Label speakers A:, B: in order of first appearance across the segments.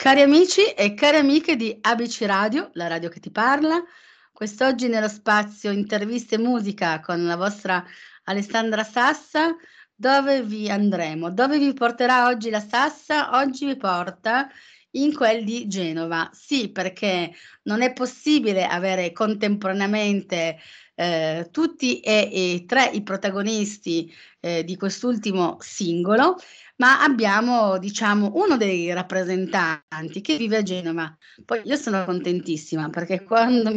A: Cari amici e care amiche di ABC Radio, la radio che ti parla, quest'oggi nello spazio Interviste e musica con la vostra Alessandra Sassa, dove vi andremo? Dove vi porterà oggi la Sassa? Oggi vi porta in quel di Genova. Sì, perché non è possibile avere contemporaneamente tutti e tre i protagonisti di quest'ultimo singolo, ma abbiamo, diciamo, uno dei rappresentanti che vive a Genova. Poi io sono contentissima perché quando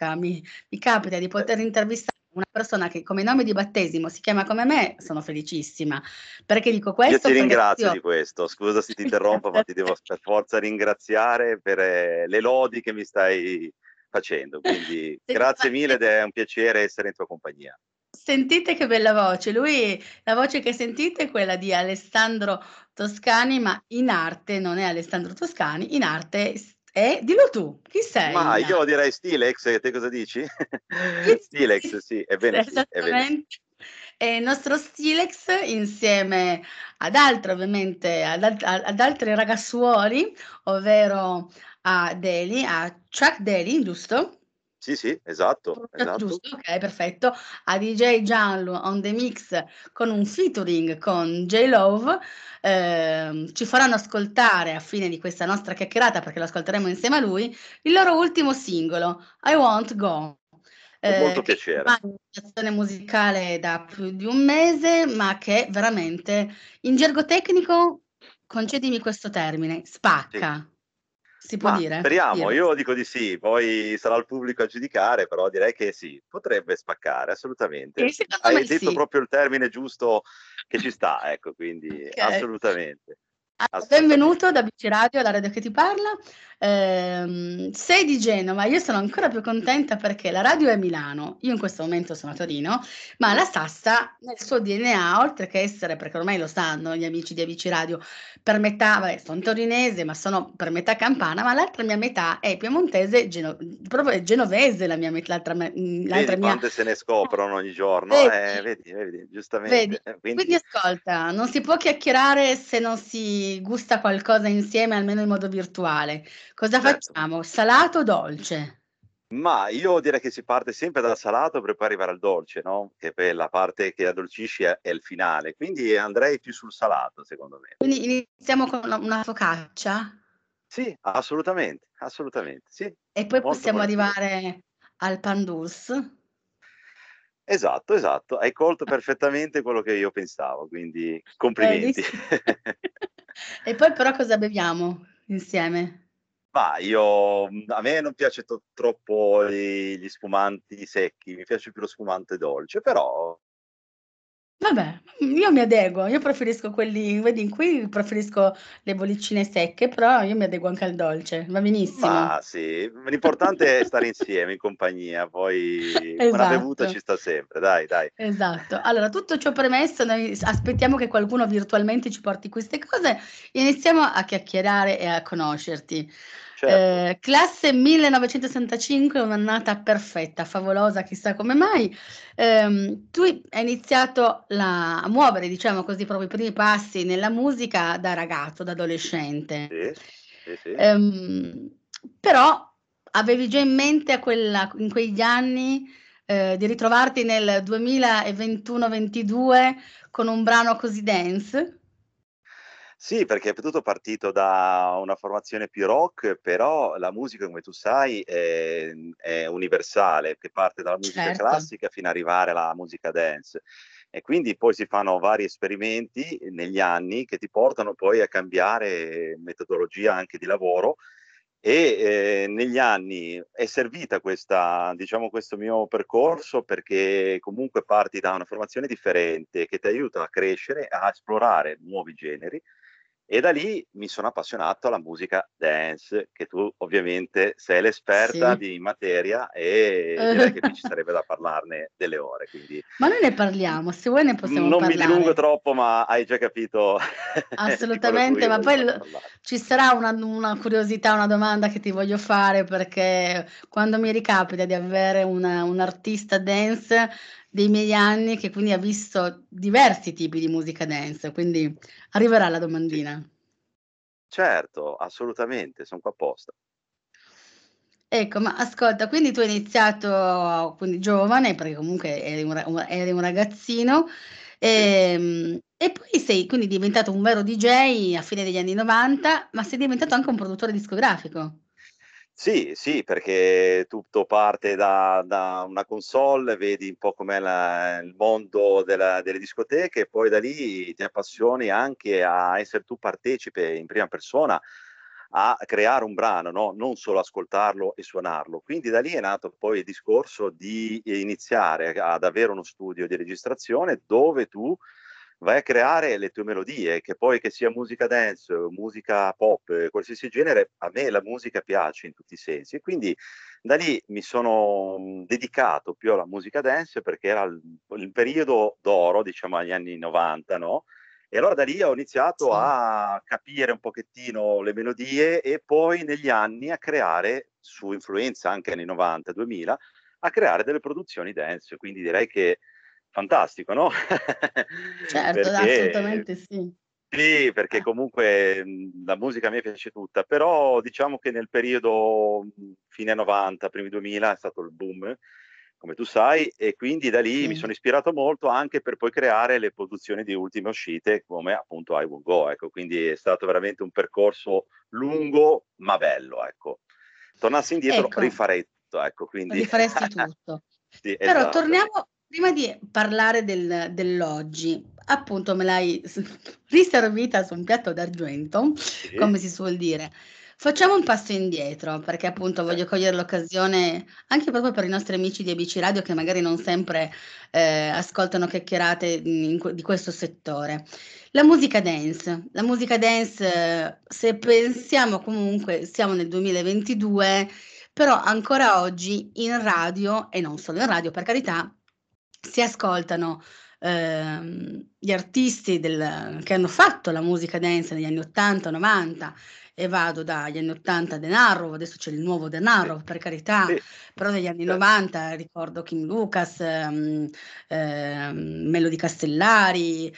A: mi capita di poter intervistare una persona che come nome di battesimo si chiama come me, sono felicissima. Perché dico
B: Io ti
A: questo? Perché
B: ringrazio
A: io
B: di questo. Scusa se ti interrompo, ma ti devo per forza ringraziare per le lodi che mi stai facendo. Quindi grazie mille ed è un piacere essere in tua compagnia.
A: Sentite che bella voce. Lui, la voce che sentite è quella di Alessandro Toscani, ma in arte non è Alessandro Toscani, in arte è, dillo tu, chi sei
B: Ma
A: in
B: io
A: arte?
B: direi Stilex, te cosa dici?
A: Sì, sì,
B: Stilex, sì, ebbene sì, ebbene sì.
A: esattamente. E il nostro Stilex insieme ad altre ovviamente, ad altri ragazzuoli, ovvero a Daly, a Chuck Daly, giusto?
B: Sì, sì, esatto,
A: Pronunciato
B: esatto.
A: giusto? Okay, perfetto. A DJ Gianlu on the mix con un featuring con J-Love, ci faranno ascoltare a fine di questa nostra chiacchierata, perché lo ascolteremo insieme a lui, il loro ultimo singolo, I Won't Go,
B: Con molto
A: che
B: piacere.
A: ormai è in rotazione musicale da più di un mese, ma che veramente in gergo tecnico, concedimi questo termine,
B: Sì.
A: spacca. Si può
B: Ma
A: dire?
B: speriamo,
A: Dirlo.
B: io dico di sì, poi sarà il pubblico a giudicare, però direi che sì, potrebbe spaccare, assolutamente.
A: Secondo
B: Hai
A: me
B: detto
A: sì.
B: proprio il termine giusto che ci sta, ecco, quindi
A: Okay.
B: assolutamente,
A: Benvenuto
B: assolutamente.
A: da ABC Radio, la radio che ti parla. Sei di Genova, io sono ancora più contenta perché la radio è a Milano, io in questo momento sono a Torino, ma la
B: Sì,
A: Sassa nel suo DNA, oltre che essere, perché ormai lo sanno gli amici di ABC Radio, per metà, vabbè, son torinese, ma sono per metà campana, ma l'altra mia metà è piemontese, proprio è genovese la mia l'altra
B: vedi
A: mia.
B: quante se ne scoprono ogni giorno?
A: Vedi?
B: Vedi, vedi,
A: Vedi?
B: giustamente.
A: Quindi
B: Quindi,
A: ascolta, non si può chiacchierare se non si gusta qualcosa insieme, almeno in modo virtuale. Cosa
B: certo.
A: facciamo? Salato o dolce?
B: Ma io direi che si parte sempre dal salato per poi arrivare al dolce, no, che poi è la parte che addolcisci è il finale, quindi andrei più sul salato secondo me.
A: Quindi iniziamo con una focaccia
B: Sì, assolutamente, assolutamente, sì,
A: e poi
B: molto
A: possiamo
B: volentieri.
A: arrivare al pandus.
B: Esatto, esatto, hai colto perfettamente quello che io pensavo, quindi
A: Vedi?
B: complimenti.
A: Sì. E poi però cosa beviamo insieme?
B: Ma io a me non piace troppo gli spumanti secchi, mi piace più lo spumante dolce, però
A: Vabbè, io mi adeguo, io preferisco quelli vedi in qui preferisco le bollicine secche, però io mi adeguo anche al dolce, va benissimo.
B: ma sì, l'importante è stare insieme in compagnia, poi una bevuta
A: Esatto,
B: ci sta sempre, dai, dai.
A: esatto. Allora, tutto ciò premesso, noi aspettiamo che qualcuno virtualmente ci porti queste cose, iniziamo a chiacchierare e a conoscerti.
B: Certo.
A: Classe 1965, un'annata perfetta, favolosa, chissà come mai. Tu hai iniziato a muovere, diciamo così, proprio i primi passi nella musica da ragazzo, da adolescente.
B: Sì, sì, sì.
A: Ehm, Però avevi già in mente in quegli anni, di ritrovarti nel 2021-22 con un brano così dance?
B: Sì, perché è tutto partito da una formazione più rock, però la musica come tu sai è universale, che parte dalla musica
A: Certo,
B: classica fino ad arrivare alla musica dance. E quindi poi si fanno vari esperimenti negli anni che ti portano poi a cambiare metodologia anche di lavoro e, negli anni è servita questa diciamo, questo mio percorso perché comunque parti da una formazione differente che ti aiuta a crescere, a esplorare nuovi generi e da lì mi sono appassionato alla musica dance, che tu ovviamente sei l'esperta
A: sì.
B: di materia e direi che qui ci sarebbe da parlarne delle ore, quindi
A: Ma noi ne parliamo, se vuoi ne possiamo
B: non mi dilungo
A: parlare.
B: troppo, ma hai già capito di quello che
A: Assolutamente,
B: io
A: ma
B: voglio
A: poi
B: parlare.
A: ci sarà una curiosità, una domanda che ti voglio fare perché quando mi ricapita di avere un artista dance dei miei anni che quindi ha visto diversi tipi di musica dance, quindi arriverà la
B: Sì.
A: domandina.
B: Certo, assolutamente, son qua apposta.
A: Ecco, ma ascolta, quindi tu hai iniziato quindi giovane, perché comunque eri un ragazzino,
B: Sì.
A: e poi sei quindi diventato un vero DJ a fine degli anni '90, ma sei diventato anche un produttore discografico.
B: Sì, sì, perché tutto parte da una console, vedi un po' com'è il mondo delle discoteche e poi da lì ti appassioni anche a essere tu partecipe in prima persona a creare un brano, no, non solo ascoltarlo e suonarlo. Quindi da lì è nato poi il discorso di iniziare ad avere uno studio di registrazione dove tu vai a creare le tue melodie, che sia musica dance, musica pop, qualsiasi genere, a me la musica piace in tutti i sensi. E quindi da lì mi sono, dedicato più alla musica dance perché era il periodo d'oro, diciamo agli anni '90, no, e allora da lì ho iniziato
A: Sì.
B: a capire un pochettino le melodie e poi negli anni a creare, su influenza anche anni '90, 2000, a creare delle produzioni dance. Quindi direi che fantastico, no,
A: Certo,
B: perché
A: assolutamente sì.
B: sì, perché
A: Ah,
B: comunque, la musica a me piace tutta, però diciamo che nel periodo, fine '90, primi 2000 è stato il boom, come tu sai, e quindi da lì mi
A: sì.
B: sono ispirato molto anche per poi creare le produzioni di ultime uscite come appunto I Will Go, ecco. Quindi è stato veramente un percorso lungo ma bello, ecco. Tornassi indietro
A: Ecco,
B: rifarei tutto, ecco, quindi
A: rifaresti tutto.
B: sì,
A: Però
B: esatto, sì.
A: torniamo prima di parlare dell'oggi, appunto me l'hai riservita su un piatto d'argento,
B: Sì,
A: come si suol dire. Facciamo un passo indietro, perché appunto voglio
B: certo.
A: cogliere l'occasione anche proprio per i nostri amici di ABC Radio che magari non sempre, ascoltano chiacchierate di questo settore. La musica dance, se pensiamo comunque siamo nel 2022, però ancora oggi in radio, e non solo in radio per carità, si ascoltano, gli artisti che hanno fatto la musica dance negli anni '80, '90 e vado dagli anni '80 Dan Arrow, adesso c'è il nuovo Dan
B: Sì,
A: Arrow per carità,
B: sì,
A: però negli anni
B: cer
A: '90 ricordo Kim Lucas, Melody Castellari,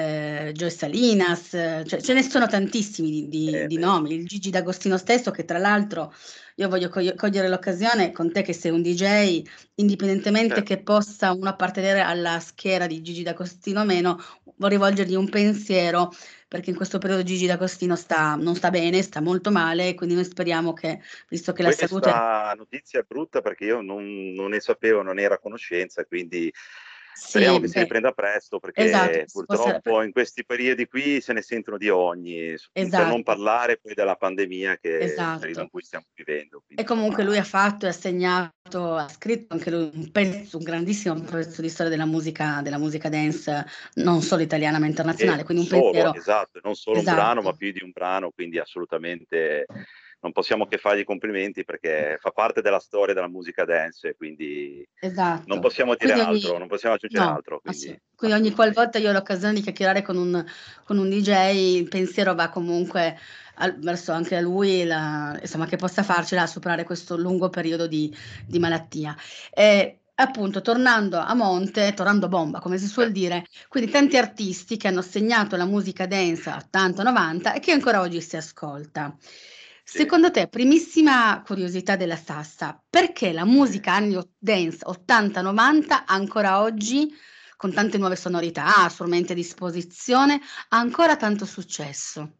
A: Joe Salinas, cioè ce ne sono tantissimi di
B: bene.
A: nomi, il Gigi D'Agostino stesso che tra l'altro io voglio cogliere l'occasione con te che sei un DJ, indipendentemente
B: Cer
A: che possa uno appartenere alla schiera di Gigi D'Agostino o meno, vorrei rivolgergli un pensiero, perché in questo periodo Gigi D'Agostino non sta bene, sta molto male, quindi noi speriamo che, visto che la salute
B: Questa notizia è brutta perché io non ne sapevo, non ero a conoscenza, quindi speriamo
A: sì,
B: che si
A: beh,
B: riprenda presto
A: esatto,
B: perché
A: si possa
B: purtroppo in questi periodi qui se ne sentono di ogni, per non
A: esatto,
B: parlare poi della pandemia che è il periodo in
A: esatto.
B: cui stiamo vivendo,
A: E
B: quindi
A: comunque lui
B: insomma
A: ha segnato, ha scritto anche lui un grandissimo pezzo di storia della musica dance, non solo italiana ma
B: e
A: internazionale,
B: non
A: quindi un
B: solo,
A: pensiero
B: esatto, non solo un brano, ma
A: esatto,
B: più di un brano, quindi assolutamente non possiamo che fargli i complimenti perché fa parte della storia della musica dance, quindi non
A: esatto.
B: possiamo dire
A: Quindi
B: altro, non possiamo aggiungere
A: no,
B: altro, quindi
A: quindi ogni
B: assolutamente.
A: qualvolta io ho l'occasione di chiacchierare con un DJ, il pensiero va comunque verso anche a lui, insomma, che possa farcela a superare questo lungo periodo di malattia. E appunto, tornando a bomba, come si suol dire, quindi tanti artisti che hanno segnato la musica dance 80, 90 e che ancora oggi si ascolta.
B: Sì.
A: Secondo te, primissima curiosità della Sassa, perché la musica anni dance 80, 90 ancora oggi, con tante nuove sonorità, strumenti a disposizione, ha ancora tanto successo?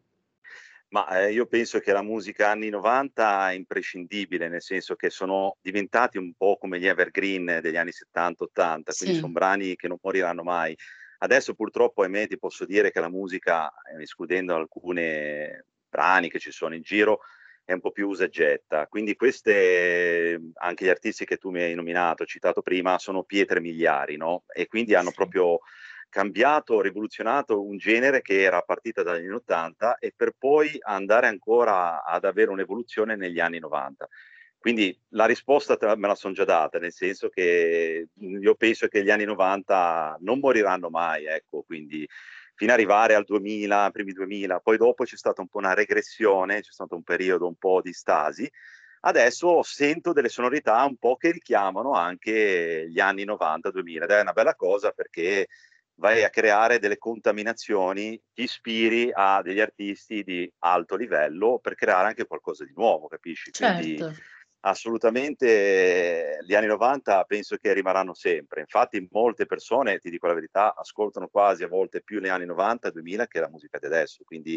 B: Ma, io penso che la musica anni '90 è imprescindibile, nel senso che sono diventati un po' come gli evergreen degli anni '70, '80, quindi son
A: Sì,
B: brani che non moriranno mai. Adesso purtroppo, ahimè, ti posso dire che la musica, escludendo alcune brani che ci sono in giro, è un po' più usa e getta. Quindi queste anche gli artisti che tu mi hai nominato, citato prima, sono pietre miliari, no, e quindi hanno
A: sì,
B: proprio cambiato, rivoluzionato un genere che era partita dagli anni '80 e per poi andare ancora ad avere un'evoluzione negli anni '90. Quindi la risposta me la son già data, nel senso che, io penso che gli anni '90 non moriranno mai, ecco, quindi fino ad arrivare al 2000, primi 2000, poi dopo c'è stata un po' una regressione, c'è stato un periodo un po' di stasi. Adesso sento delle sonorità un po' che richiamano anche gli anni '90, 2000 ed è una bella cosa perché vai a creare delle contaminazioni, ti ispiri a degli artisti di alto livello per creare anche qualcosa di nuovo, capisci? Quindi
A: certo.
B: assolutamente gli anni 90 penso che rimarranno sempre. Infatti molte persone, ti dico la verità, ascoltano quasi a volte più gli anni 90 e 2000 che la musica di adesso, quindi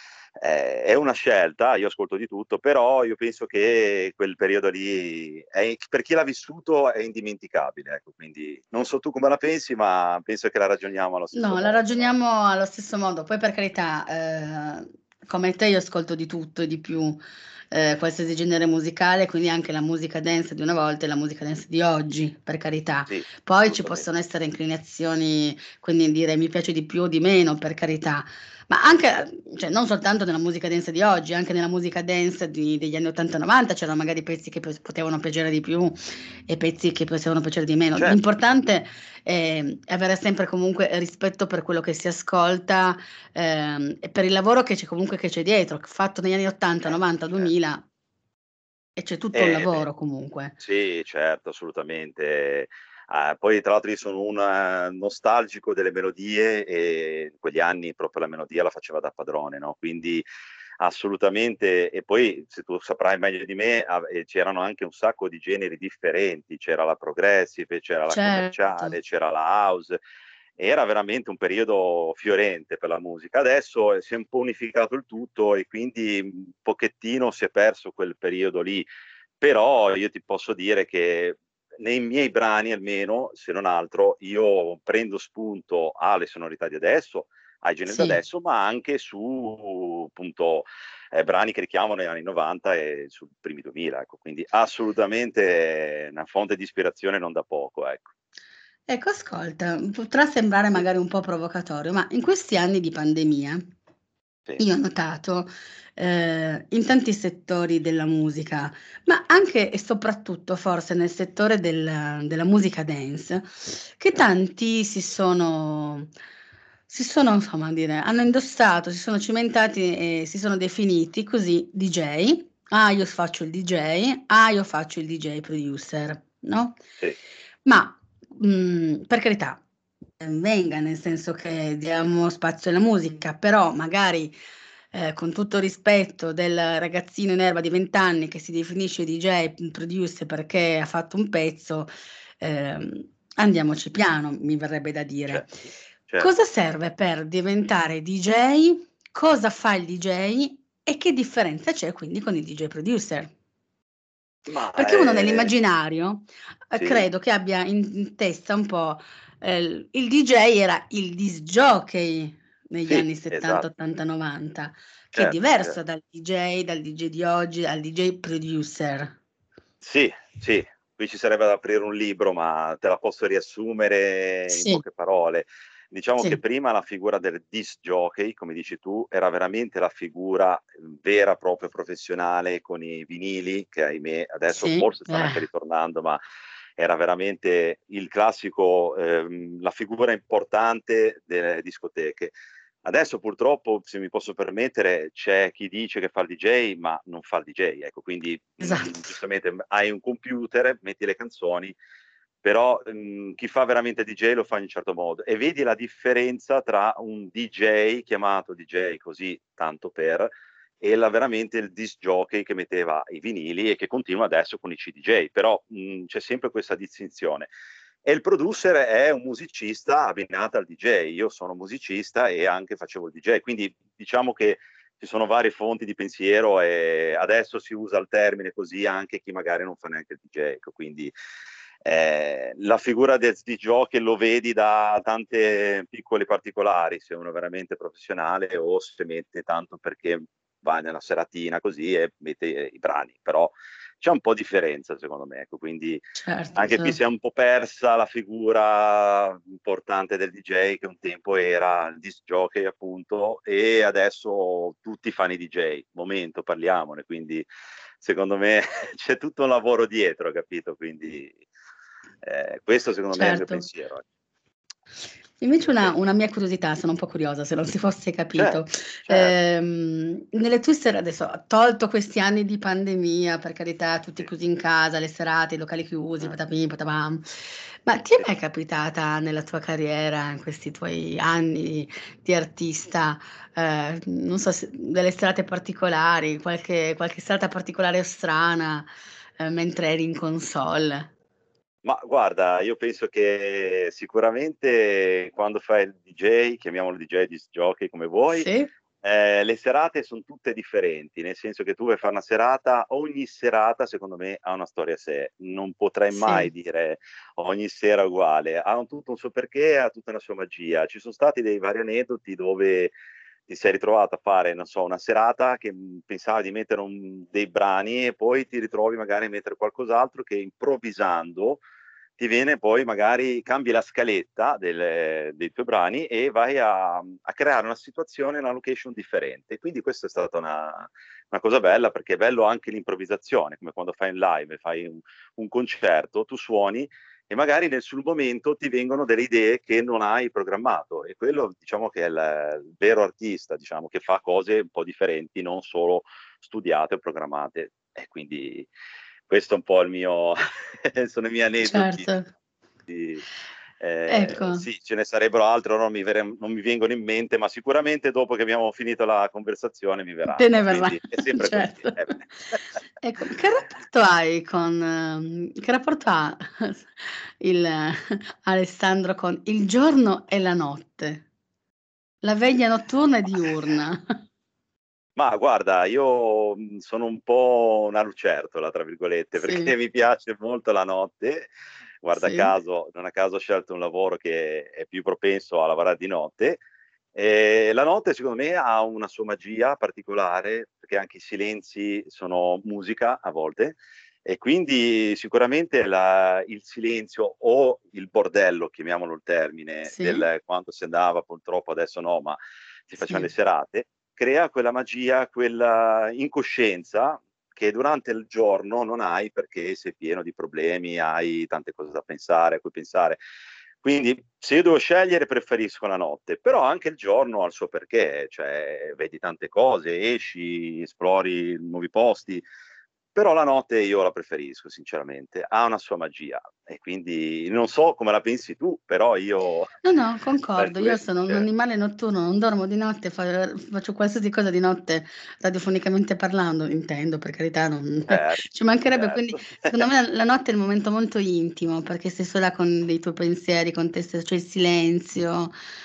B: è una scelta, io ascolto di tutto, però io penso che quel periodo lì per chi l'ha vissuto è indimenticabile, ecco, quindi non so tu come la pensi, ma penso che la ragioniamo allo stesso
A: No, la
B: modo, no?
A: ragioniamo allo stesso modo. Poi per carità, come te io ascolto di tutto e di più, qualsiasi genere musicale, quindi anche la musica dance di una volta e la musica dance di oggi, per carità.
B: Sì,
A: Poi ci
B: assolutamente.
A: possono essere inclinazioni, quindi dire mi piace di più o di meno, per carità. Ma anche, cioè non soltanto nella musica dance di oggi, anche nella musica dance degli anni 80 e 90 c'erano magari pezzi che potevano piacere di più e pezzi che potevano piacere di meno.
B: Certo,
A: L'importante avere sempre comunque rispetto per quello che si ascolta, e per il lavoro che c'è dietro, fatto negli anni 80, 90,
B: certo.
A: 2000 e c'è tutto un
B: Beh,
A: lavoro comunque.
B: sì, certo, assolutamente. Poi tra l'altro io sono un nostalgico delle melodie e in quegli anni proprio la melodia la faceva da padrone, no, quindi assolutamente. E poi se tu saprai meglio di me, c'erano anche un sacco di generi differenti, c'era la progressive, c'era la
A: Certo,
B: commerciale, c'era la house. Era veramente un periodo fiorente per la musica. Adesso si è un po' unificato il tutto e quindi un pochettino si è perso quel periodo lì. Però io ti posso dire che nei miei brani almeno, se non altro, io prendo spunto alle sonorità di adesso, ai generi di
A: sì.
B: adesso, ma anche su appunto brani che richiamano gli anni 90 e sui primi 2000, ecco. Quindi assolutamente una fonte di ispirazione non da poco, ecco.
A: Ecco ascolta, potrà sembrare
B: Sì,
A: magari un po' provocatorio, ma in questi anni di pandemia
B: sì,
A: io ho notato, in tanti settori della musica, ma anche e soprattutto forse nel settore della musica dance, che
B: sì,
A: tanti si sono insomma dire hanno indossato, si sono cimentati e si sono definiti così DJ: "Ah, io faccio il DJ, ah, io faccio il DJ producer", no,
B: sì,
A: ma, per carità, ben venga, nel senso che diamo spazio alla musica, però magari, con tutto il rispetto del ragazzino in erba di 20 anni che si definisce DJ, producer perché ha fatto un pezzo, andiamoci piano, mi verrebbe da dire.
B: certo,
A: Cosa
B: certo.
A: serve per diventare DJ? Cosa fa il DJ? E che differenza c'è quindi con il DJ producer?
B: Ma
A: Perché uno nell'immaginario,
B: sì,
A: credo che abbia in testa un po', il DJ era il disc jockey negli
B: sì,
A: anni '70,
B: esatto,
A: '80, '90, che è
B: certo,
A: diverso
B: certo.
A: dal DJ di oggi, al DJ producer.
B: Sì, sì, qui ci sarebbe da aprire un libro, ma te la posso riassumere in
A: Sì,
B: poche parole. Diciamo che
A: sì,
B: prima la figura del disc jockey, come dici tu, era veramente la figura, vera, proprio professionale con i vinili, che ahimè adesso
A: sì,
B: forse stanno anche ritornando, ma era veramente il classico, la figura importante delle discoteche. Adesso purtroppo, se mi posso permettere, c'è chi dice che fa il DJ, ma non fa il DJ, ecco. Quindi,
A: esatto,
B: giustamente hai un computer, metti le canzoni, però, chi fa veramente DJ lo fa in un certo modo. E vedi la differenza tra un DJ, chiamato DJ così tanto per, e la veramente il disc jockey che metteva i vinili e che continua adesso con i CDJ. Però, c'è sempre questa distinzione. E il producer è un musicista abbinato al DJ. Io sono musicista e anche facevo il DJ, quindi diciamo che ci sono varie fonti di pensiero e adesso si usa il termine così anche chi magari non fa neanche il DJ. Ecco, quindi la figura del disc jockey lo vedi da tante piccole particolari, se uno è veramente professionale o se mette tanto perché va nella seratina così e mette i brani, però c'è un po' differenza secondo me, ecco, quindi
A: certo,
B: anche qui si è un po' persa la figura importante del DJ che un tempo era il disc jockey appunto e adesso tutti fanno i DJ. Momento, parliamone, quindi secondo me c'è tutto un lavoro dietro, capito? Quindi questo secondo me è il mio
A: certo.
B: pensiero.
A: Invece una mia curiosità, sono un po' curiosa se non si fosse capito.
B: Certo, certo.
A: Nelle tue sere adesso, tolto questi anni di pandemia, per carità, tutti
B: Sì,
A: chiusi in casa, le serate, i locali chiusi,
B: mh,
A: patapim, patapam, ma ti è
B: sì.
A: mai capitata nella tua carriera, in questi tuoi anni di artista, non so se delle serate particolari, qualche serata particolare o strana, mentre eri in console?
B: Ma guarda, io penso che sicuramente quando fai il DJ, chiamiamolo DJ, disc jockey come vuoi,
A: Sì,
B: le serate son tutte differenti, nel senso che tu vai a fare una serata, ogni serata secondo me ha una storia a sé. Non potrei mai
A: sì,
B: dire ogni sera è uguale, ha un tutto un suo perché, ha tutta una sua magia. Ci son stati dei vari aneddoti dove ti sei ritrovato a fare, non so, una serata che, pensavi di mettere dei brani e poi ti ritrovi magari a mettere qualcos'altro che improvvisando ti viene poi magari cambi la scaletta dei tuoi brani e vai a creare una situazione, una location differente. Quindi questa è stata una cosa bella, perché è bello anche l'improvvisazione, come quando fai un live, fai un concerto, tu suoni e magari sul momento ti vengono delle idee che non hai programmato e quello diciamo che è il vero artista, diciamo, che fa cose un po' differenti, non solo studiate o programmate. E quindi questo è un po' il mio sono i miei aneddoti
A: certo.
B: di
A: Ecco,
B: sì, ce ne sarebbero altri, ora non mi vengono in mente, ma sicuramente dopo che abbiamo finito la conversazione mi
A: te ne
B: verranno,
A: verrà,
B: quindi è sempre così.
A: certo.
B: Eh beh.
A: Ecco, che rapporto hai che rapporto ha il Alessandro con il giorno e la notte? La veglia notturna e diurna.
B: Ma guarda, io, sono un po' "una lucertola" tra virgolette,
A: Sì,
B: perché mi piace molto la notte. Guarda
A: sì,
B: caso non a caso ho scelto un lavoro che è più propenso a lavorare di notte. La notte secondo me ha una sua magia particolare, perché anche i silenzi sono musica a volte, e quindi sicuramente il silenzio o il bordello, chiamiamolo il termine,
A: sì,
B: del quando si andava, purtroppo adesso no, ma si facevan
A: sì.
B: le serate, crea quella magia, quella incoscienza che durante il giorno non hai perché sei pieno di problemi, hai tante cose da pensare, a cui pensare. Quindi se io devo scegliere preferisco la notte, però anche il giorno ha il suo perché, cioè vedi tante cose, esci, esplori nuovi posti, però la notte io la preferisco sinceramente, ha una sua magia e quindi non so come la pensi tu, però io
A: No, no,
B: tra
A: concordo. Io sono un
B: cioè
A: animale notturno, non dormo di notte, faccio qualsiasi cosa di notte, radiofonicamente parlando, intendo, per carità, non
B: certo,
A: ci mancherebbe. Quindi
B: certo.
A: secondo me la notte è il momento molto intimo, perché sei sola con dei tuoi pensieri, con te stessa, c'è il silenzio.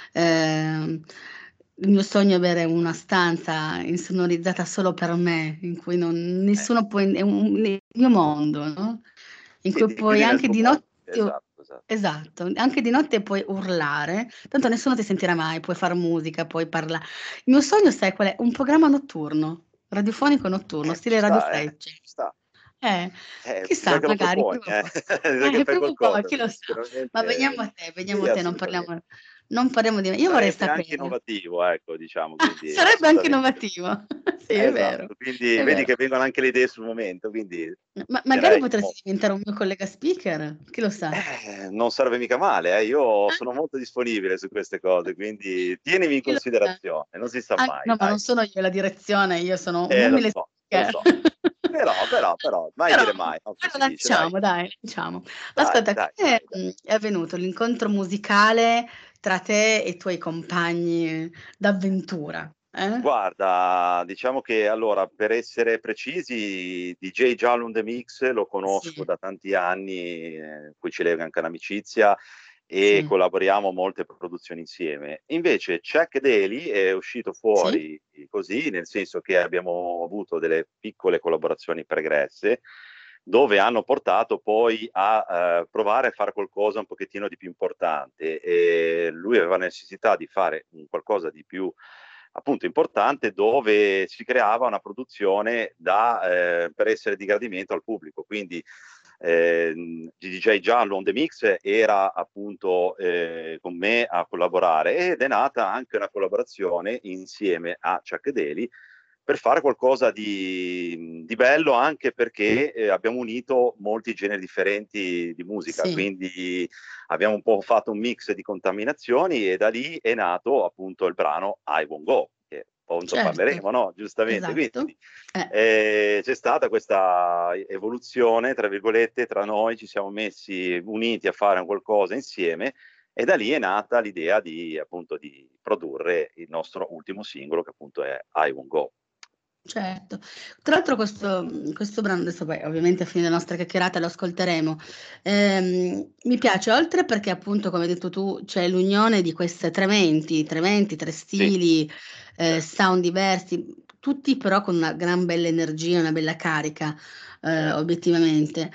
A: Ehm, il mio sogno è avere una stanza insonorizzata solo per me, in cui nessuno può è il mio mondo, no, in
B: Sì,
A: cui
B: ti
A: puoi
B: chiudi nel
A: anche
B: tuo
A: di
B: mondo.
A: notte.
B: Esatto,
A: Esatto, anche di notte puoi urlare, tanto nessuno ti sentirà mai, puoi far musica, puoi il mio sogno sai qual è? Un programma notturno, radiofonico notturno,
B: ci
A: stile Radio
B: sta,
A: Frecce.
B: ci sta.
A: Eh,
B: Mi sa
A: chissà,
B: che lo
A: magari
B: proponi,
A: prima o poi.
B: mi sa che fai
A: Prima o poi,
B: qualcosa,
A: chi lo
B: perché
A: sa. Ma
B: sicuramente
A: veniamo
B: sì,
A: a te,
B: assolutamente.
A: non parliamo di me. Io vorrei
B: Sarebbe anche
A: sapere.
B: innovativo, ecco, diciamo, quindi
A: Sarebbe anche
B: assolutamente.
A: innovativo. Sì, è vero,
B: Esatto, quindi
A: è
B: vedi
A: vero.
B: che vengono anche le idee sul momento, quindi
A: Ma magari
B: direi
A: potresti
B: oh,
A: diventare un mio collega speaker, chi lo sa?
B: non sarebbe mica male, io
A: Eh?
B: sono molto disponibile su queste cose, quindi tienimi in
A: Chi lo sa?
B: considerazione, non si sa mai,
A: No, ma non
B: dai.
A: sono io la direzione, io sono un umile
B: Lo
A: speaker.
B: so. Però, mai
A: Però
B: dire mai, no, come
A: però
B: si dice, dai.
A: dai, lanciamo.
B: Dai,
A: Ascolta,
B: dai,
A: come,
B: dai.
A: è avvenuto l'incontro musicale tra te e i tuoi compagni d'avventura, eh?
B: Guarda, diciamo che allora, per essere precisi, DJ Giallo on the Mix lo conosco
A: Sì,
B: da tanti anni, poi ci lega anche un'amicizia e
A: sì,
B: collaboriamo a molte produzioni insieme. Invece Chuck Daly è uscito
A: sì,
B: fuori così, nel senso che abbiamo avuto delle piccole collaborazioni pregresse, dove hanno portato poi a, provare a fare qualcosa un pochettino di più importante. Lui aveva necessità di fare un qualcosa di più, appunto, importante, dove si creava una produzione per essere di gradimento al pubblico. Quindi DJ Giallo on the Mix era appunto con me a collaborare ed è nata anche una collaborazione insieme a Chuck Daly per fare qualcosa di bello, anche perché abbiamo unito molti generi differenti di musica,
A: Sì,
B: quindi abbiamo un po' fatto un mix di contaminazioni e da lì è nato appunto il brano I Won't Go, che appunto
A: certo,
B: parleremo, no? Giustamente.
A: esatto.
B: Quindi
A: Eh,
B: c'è stata questa evoluzione, tra virgolette, tra noi, ci siamo messi uniti a fare un qualcosa insieme e da lì è nata l'idea di appunto di produrre il nostro ultimo singolo, che appunto è I Won't Go.
A: certo. Tra l'altro questo brano, adesso poi ovviamente a fine della nostra chiacchierata lo ascolteremo, mi piace oltre perché appunto, come hai detto tu, c'è l'unione di queste tre menti, 3
B: Sì,
A: stili,
B: certo,
A: sound diversi, tutti però con una gran bella energia, una bella carica,
B: certo.
A: obiettivamente.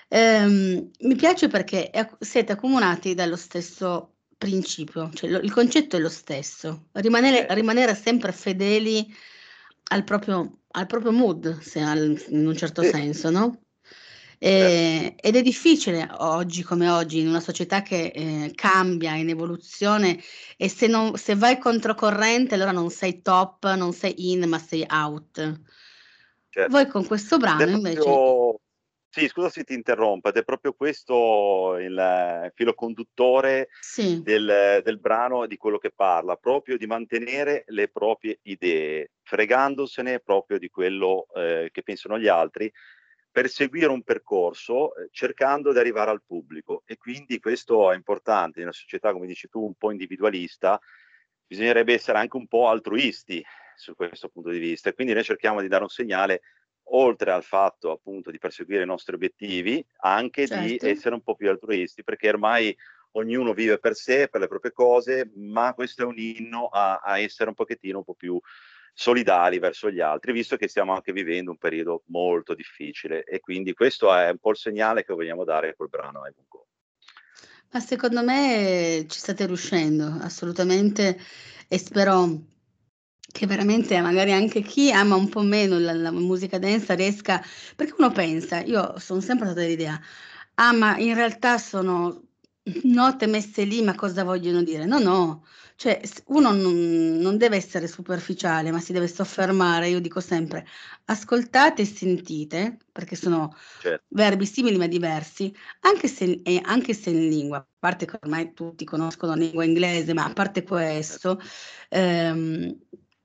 A: Mi piace perché siete accomunati dallo stesso principio, cioè il concetto è lo stesso, rimanere sempre fedeli al proprio mood, se in un certo
B: Sì,
A: senso, no,
B: certo.
A: ed è difficile oggi come oggi, in una società che, cambia, in evoluzione e se vai controcorrente allora non sei top, non sei in, ma sei out.
B: Certo.
A: Voi con questo
B: Ed è
A: brano invece
B: proprio sì, scusa se ti interrompo, ed è proprio questo il filo conduttore
A: sì,
B: del brano e di quello che parla, proprio di mantenere le proprie idee, fregandosene proprio di quello, che pensano gli altri, per seguire un percorso, cercando di arrivare al pubblico. E quindi questo è importante in una società, come dici tu, un po' individualista, bisognerebbe essere anche un po' altruisti su questo punto di vista. E quindi noi cerchiamo di dare un segnale, oltre al fatto appunto di perseguire i nostri obiettivi, anche di
A: certo.
B: essere un po' più altruisti, perché ormai ognuno vive per sé, per le proprie cose, ma questo è un inno a essere un pochettino un po' più solidali verso gli altri, visto che stiamo anche vivendo un periodo molto difficile e quindi questo è un po' il segnale che vogliamo dare col brano I Won't Go.
A: Ma secondo me ci state riuscendo, assolutamente, e spero che veramente magari anche chi ama un po' meno la musica dance riesca perché uno pensa, io son sempre stata dell'idea: "Ah, ma in realtà sono note messe lì, ma cosa vogliono dire?" No, no, cioè uno non deve essere superficiale, ma si deve soffermare. Io dico sempre: ascoltate e sentite, perché sono
B: Certo,
A: verbi simili ma diversi, anche se in lingua, a parte che ormai tutti conoscono la lingua inglese, ma a parte
B: certo.
A: questo, ehm,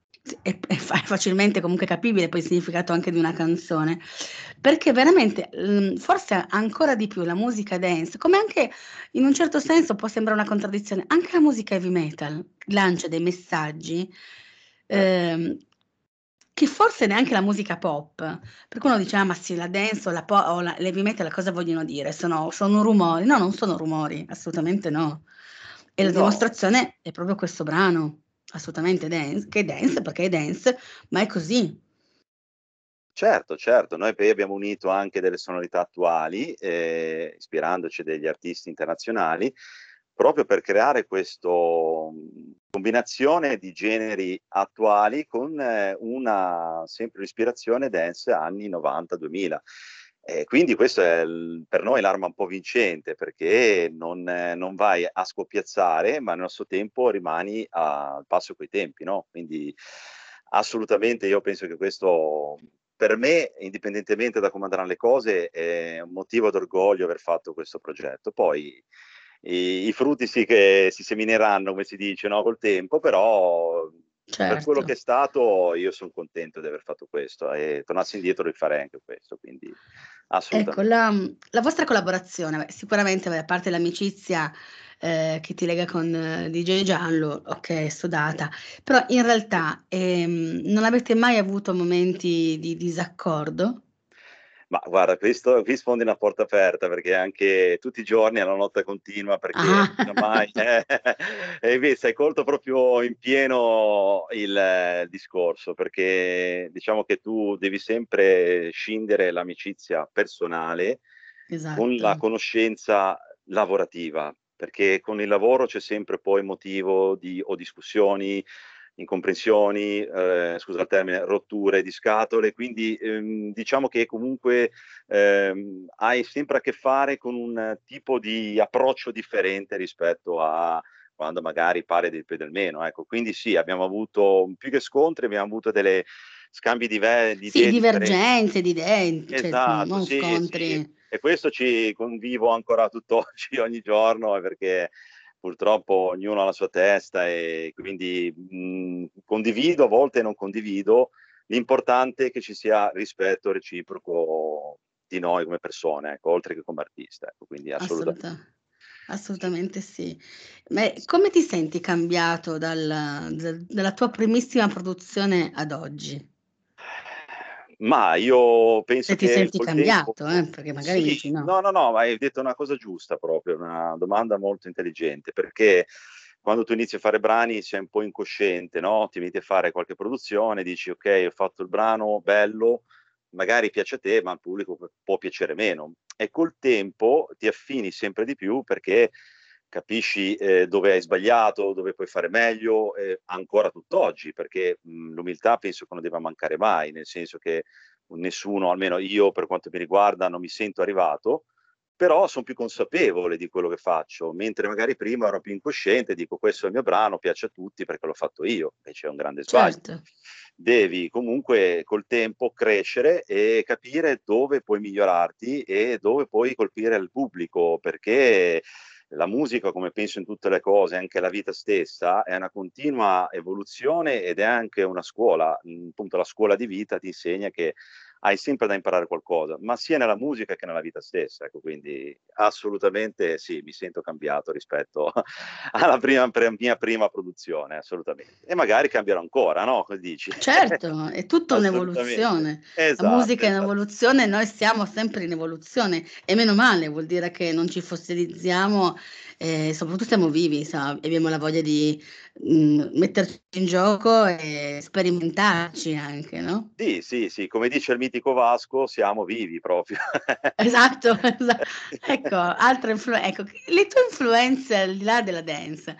A: è facilmente comunque capibile poi il significato anche di una canzone, perché veramente, forse ancora di più la musica dance, come anche in un certo senso può sembrare una contraddizione, anche la musica heavy metal lancia dei messaggi, ehm, che forse neanche la musica pop, perché uno dice: "Ah, ma sì, la dance o l'heavy metal cosa vogliono dire? Sono rumori." No, non sono rumori, assolutamente no. E la
B: No,
A: dimostrazione è proprio questo brano, assolutamente dance, che è dance perché è dance, ma è così.
B: certo, certo, noi poi abbiamo unito anche delle sonorità attuali, ispirandoci a degli artisti internazionali, proprio per creare questo, combinazione di generi attuali con una sempre l'ispirazione dance anni '90, 2000. E quindi questo è per noi l'arma un po' vincente, perché non vai a scoppiazzare, ma nello stesso tempo rimani al passo coi tempi, no, quindi assolutamente io penso che questo per me, indipendentemente da come andranno le cose, è un motivo d'orgoglio aver fatto questo progetto. Poi i frutti sì che si semineranno, come si dice, no, col tempo, però per quello
A: Certo.
B: che è stato io son contento di aver fatto questo e tornassi indietro rifarei anche questo, quindi
A: Ecco,
B: assolutamente.
A: la vostra collaborazione, beh, sicuramente a parte l'amicizia, che ti lega con DJ Giallo, okay, è sodata, però in
B: Sì.
A: realtà, non avete mai avuto momenti di disaccordo?
B: Ma guarda, questo qui sfondi una porta aperta, perché anche tutti i giorni è la lotta continua, perché
A: Ah,
B: oramai e invece hai colto proprio in pieno il discorso, perché diciamo che tu devi sempre scindere l'amicizia personale con
A: esatto,
B: la conoscenza lavorativa, perché con il lavoro c'è sempre poi motivo di o discussioni, incomprensioni, scusa il termine, rotture di scatole, quindi, diciamo che comunque, hai sempre a che fare con un tipo di approccio differente rispetto a quando magari pare del più e del meno, ecco. Quindi sì, abbiamo avuto più che scontri, abbiamo avuto scambi di
A: Sì,
B: idee differenti.
A: divergenze, di idee, cioè
B: Esatto,
A: non
B: sì, sì.
A: scontri.
B: E questo ci convivo ancora tutt'oggi, ogni giorno, perché purtroppo ognuno ha la sua testa e quindi, condivido, a volte non condivido. L'importante è che ci sia rispetto reciproco di noi come persone, ecco, oltre che come artista, ecco, quindi assolutamente.
A: Assoluta
B: Sì.
A: assolutamente sì. Ma come ti senti cambiato dalla tua primissima produzione ad oggi?
B: Ma io penso
A: Se ti
B: che
A: senti
B: col tempo
A: cambiato, perché magari mi
B: sì,
A: dici no.
B: no, no, no, ma hai detto una cosa giusta proprio, una domanda molto intelligente, perché quando tu inizi a fare brani sei un po' incosciente, no, ti metti a fare qualche produzione, dici: "Okay, ho fatto il brano, bello", magari piace a te, ma al pubblico può piacere meno. E col tempo ti affini sempre di più perché capisci, dove hai sbagliato, dove puoi fare meglio, ancora tutt'oggi, perché, l'umiltà penso che non debba mancare mai, nel senso che nessuno, almeno io per quanto mi riguarda, non mi sento arrivato, però son più consapevole di quello che faccio, mentre magari prima ero più incosciente, dico: "Questo è il mio brano, piace a tutti perché l'ho fatto io", invece è un grande sbaglio.
A: Certo,
B: Devi comunque col tempo crescere e capire dove puoi migliorarti e dove puoi colpire il pubblico, perché la musica, come penso in tutte le cose, anche la vita stessa, è una continua evoluzione ed è anche una scuola. Appunto la scuola di vita ti insegna che hai sempre da imparare qualcosa, ma sia nella musica che nella vita stessa, ecco. Quindi assolutamente sì, mi sento cambiato rispetto alla mia prima produzione, assolutamente. E magari cambierò ancora, no, cosa dici?
A: certo, è tutta
B: Assolutamente.
A: un'evoluzione. La
B: Esatto,
A: musica è in
B: esatto.
A: evoluzione, noi siamo sempre in evoluzione e meno male, vuol dire che non ci fossilizziamo e soprattutto siamo vivi, e abbiamo la voglia di, metterci in gioco e sperimentarci anche, no?
B: Sì, sì, sì, come dice il mitico Vasco, siamo vivi proprio.
A: Esatto, ecco, altre ecco, le tue influenze al di là della dance,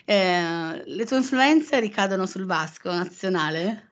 A: le tue influenze ricadono sul Vasco nazionale?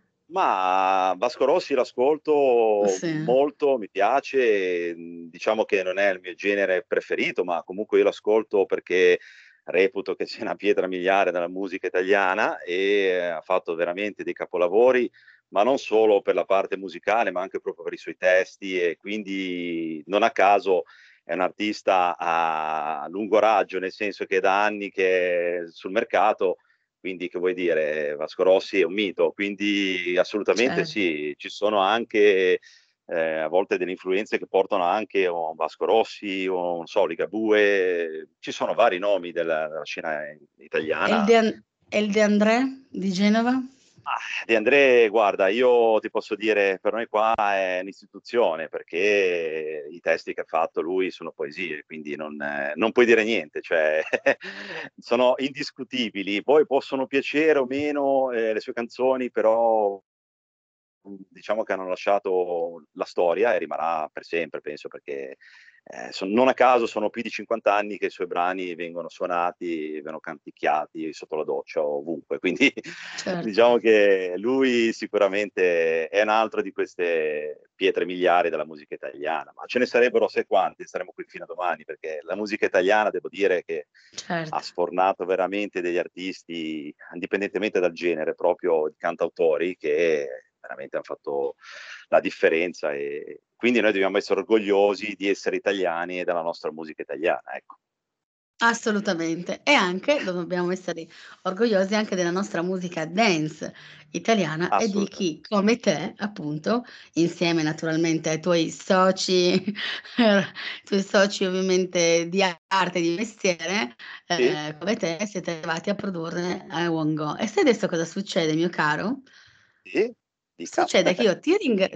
B: Ma Vasco Rossi l'ascolto
A: Sì,
B: molto, mi piace, diciamo che non è il mio genere preferito, ma comunque io l'ascolto perché reputo che sia una pietra miliare della musica italiana e ha fatto veramente dei capolavori, ma non solo per la parte musicale, ma anche proprio per i suoi testi e quindi non a caso è un artista a lungo raggio, nel senso che è da anni che è sul mercato, quindi che vuoi dire, Vasco Rossi è un mito, quindi assolutamente
A: cer
B: sì, ci sono anche, a volte delle influenze che portano anche o un Vasco Rossi o non so, Ligabue, ci sono vari nomi della scena italiana.
A: E il De André di Genova?
B: De André guarda, io ti posso dire per noi qua è un'istituzione, perché i testi che ha fatto lui sono poesie, quindi non puoi dire niente, cioè sono indiscutibili. Poi possono piacere o meno, le sue canzoni, però diciamo che hanno lasciato la storia e rimarrà per sempre penso, perché, non a caso sono più di 50 anni che i suoi brani vengono suonati, vengono canticchiati sotto la doccia, ovunque. Quindi
A: Certo.
B: diciamo che lui sicuramente è un altro di queste pietre miliari della musica italiana, ma ce ne sarebbero sai quanti, staremo qui fino a domani, perché la musica italiana devo dire che ha
A: Certo,
B: sfornato veramente degli artisti, indipendentemente dal genere, proprio di cantautori che veramente han fatto la differenza e quindi noi dobbiamo essere orgogliosi di essere italiani e della nostra musica italiana, ecco.
A: assolutamente. E anche dobbiamo essere orgogliosi anche della nostra musica dance italiana e di
B: Assolutamente.
A: chi come te, appunto, insieme naturalmente ai tuoi soci tuoi soci ovviamente di arte, di mestiere,
B: Sì,
A: come te siete arrivati a produrre I Won't Go. E sai adesso cosa succede, mio caro?
B: sì, dica.
A: Succede che io ti ringra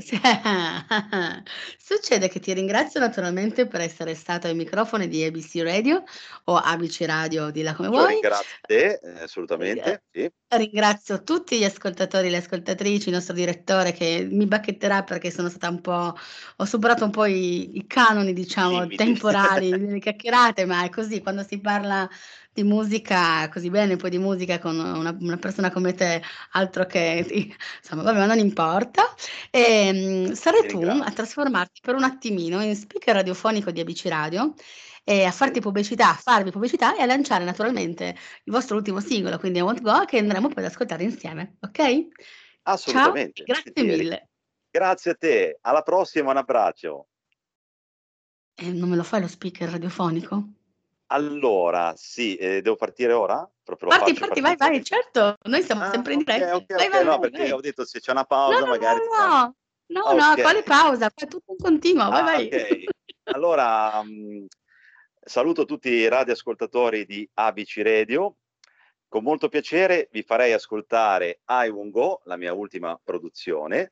A: succede che ti ringrazio naturalmente per essere stato ai microfoni di ABC Radio o ABC Radio, dilla come
B: Io
A: vuoi.
B: ringrazio te,
A: Ehm,
B: assolutamente, sì.
A: ringrazio tutti gli ascoltatori e le ascoltatrici, il nostro direttore che mi bacchetterà perché sono stata un po' ho superato un po' i canoni,
B: I
A: diciamo,
B: limiti.
A: temporali delle chiacchierate, ma è così, quando si parla di musica così bene, poi di musica con una persona come te, altro che ti insomma vabbè, ma non importa.
B: Ti
A: Sarai tu a
B: ringrazio.
A: trasformarti per un attimino in speaker radiofonico di ABC Radio e a
B: Sì.
A: farti pubblicità, a farvi pubblicità e a lanciare naturalmente il vostro ultimo singolo, quindi I Want to Go, che andremo poi ad ascoltare insieme, okay?
B: Assolutamente.
A: Ciao, grazie mille.
B: Grazie a te, alla prossima, un abbraccio.
A: Non me lo fai lo speaker radiofonico?
B: Allora, sì, devo partire ora? Proprio lo
A: Parti,
B: faccio
A: parti, vai,
B: partire?
A: vai, certo, noi siamo sempre in diretta. Vai, vai,
B: No,
A: vai,
B: perché
A: vai.
B: ho detto se c'è una
A: No,
B: pausa
A: no,
B: magari
A: no, no, no, no,
B: okay.
A: quale pausa? Fai tutto in continuo, vai, vai.
B: Okay. Allora, saluto tutti i radioascoltatori di ABC Radio. Con molto piacere vi farei ascoltare I Won't Go, la mia ultima produzione,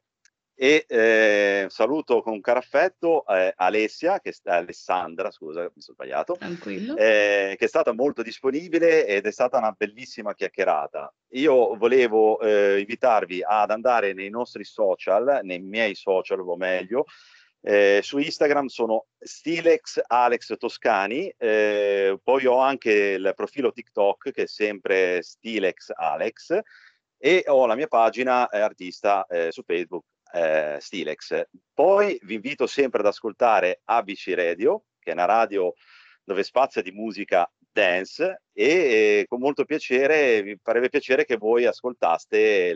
B: e saluto con caro affetto Alessia, Alessandra, scusa, mi son sbagliato,
A: Tranquillo.
B: che è stata molto disponibile ed è stata una bellissima chiacchierata. Io volevo invitarvi ad andare nei nostri social, nei miei social o meglio, su Instagram sono Stilex Alex Toscani, poi ho anche il profilo TikTok che è sempre Stilex Alex e ho la mia pagina artista su Facebook Stilex. Poi vi invito sempre ad ascoltare ABC Radio, che è una radio dove spazia di musica dance e con molto piacere, mi farebbe piacere che voi ascoltaste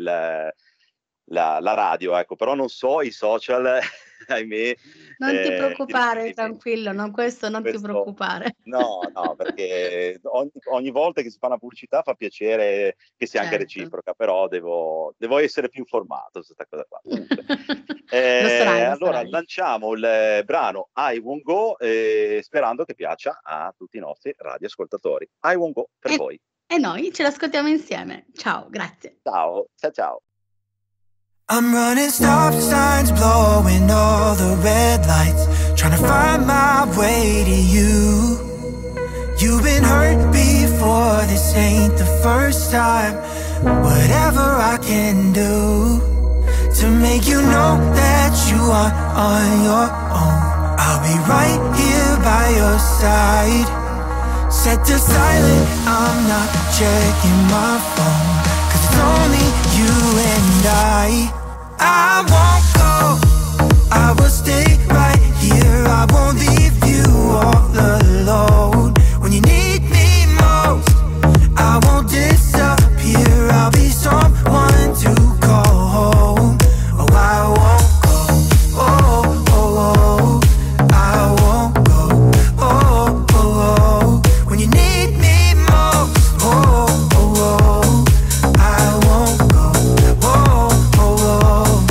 B: la radio, ecco, però non so i social, ahimè,
A: Non ti
B: di
A: preoccupare, tranquillo,
B: riferimento.
A: non questo non ti
B: Questo
A: preoccupare.
B: no, perché ogni volta che si fa una pubblicità fa piacere che sia anche
A: Certo.
B: reciproca, però devo essere più informato su 'sta cosa qua. Comunque,
A: Lo sarai, lo
B: allora
A: sarai.
B: lanciamo il brano I Won't Go, sperando che piaccia a tutti i nostri radioascoltatori. I Won't Go per
A: E
B: voi.
A: e noi ce l'ascoltiamo insieme. Ciao, grazie.
B: Ciao, ciao.
C: I'm running stop signs, blowing all the red lights, trying to find my way to you. You've been hurt before, this ain't the first time. Whatever I can do to make you know that you are on your own, I'll be right here by your side. Set to silent, I'm not checking my phone, 'cause it's only you and I won't go, I will stay right here, I won't leave you all alone. When you need me most, I won't disappear, I'll be someone to call home. Oh, I won't go, oh, oh, oh, I won't go, oh, oh, oh. When you need me most, oh, oh, oh, I won't go, oh, oh, oh.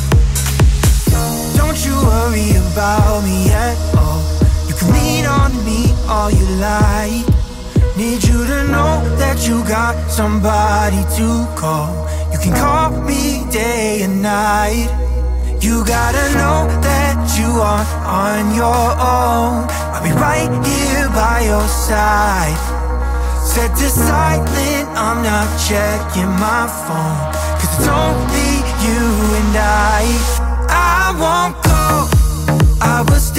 C: Don't you worry about me at all, you can lean on me all you like. Need you to know that you got somebody to call. You can call me day and night. You gotta know that you are on your own. I'll be right here by your side. Set to silent, I'm not checking my phone, 'cause it's only you and I won't go, I will stay